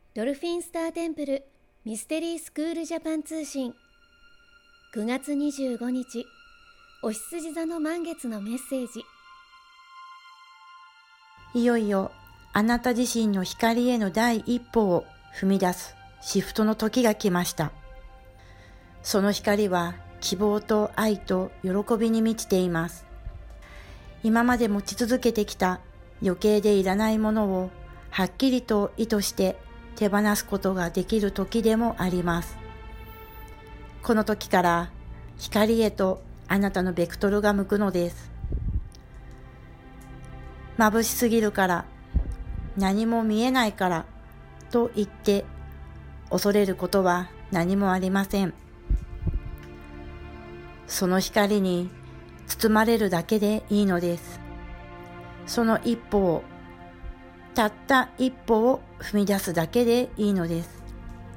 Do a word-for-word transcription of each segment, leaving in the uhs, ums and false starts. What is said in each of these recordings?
ドルフィンスターテンプルミステリースクールジャパン通信くがつにじゅうごにち、お羊座の満月のメッセージ。 いよいよあなた自身の光への第一歩を踏み出すシフトの時が来ました。その光は希望と愛と喜びに満ちています。今まで持ち続けてきた余計でいらないものをはっきりと意図して手放すことができる時でもあります。この時から光へとあなたのベクトルが向くのです。眩しすぎるから、何も見えないからと言って恐れることは何もありません。その光に包まれるだけでいいのです。その一歩を、たった一歩を踏み出すだけでいいのです。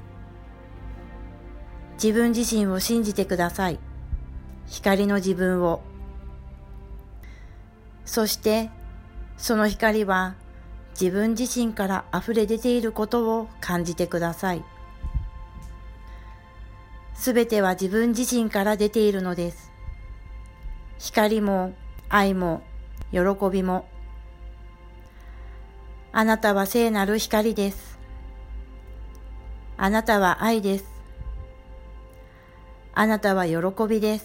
自分自身を信じてください。光の自分を。そしてその光は自分自身から溢れ出ていることを感じてください。すべては自分自身から出ているのです。光も愛も喜びも。あなたは聖なる光です。あなたは愛です。あなたは喜びです。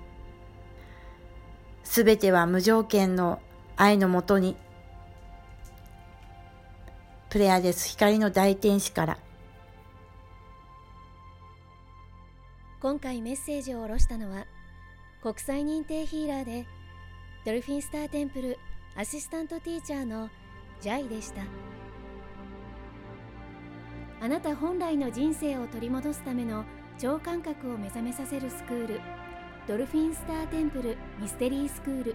すべては無条件の愛のもとに。プレアデス光の大天使から。 今回メッセージを下ろしたのは国際認定ヒーラーでドルフィンスターテンプルアシスタントティーチャーのジャイでした。あなた本来の人生を取り戻すための超感覚を目覚めさせるスクール、ドルフィンスターテンプルミステリースクール。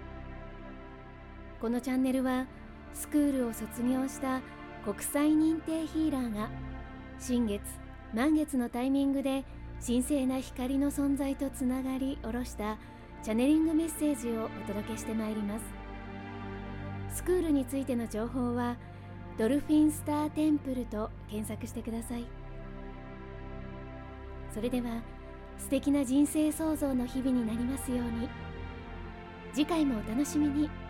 このチャンネルはスクールを卒業した国際認定ヒーラーが新月満月のタイミングで神聖な光の存在とつながり下ろしたチャネリングメッセージをお届けしてまいります。スクールについての情報はドルフィンスターテンプルと検索してください。それでは素敵な人生創造の日々になりますように。次回もお楽しみに。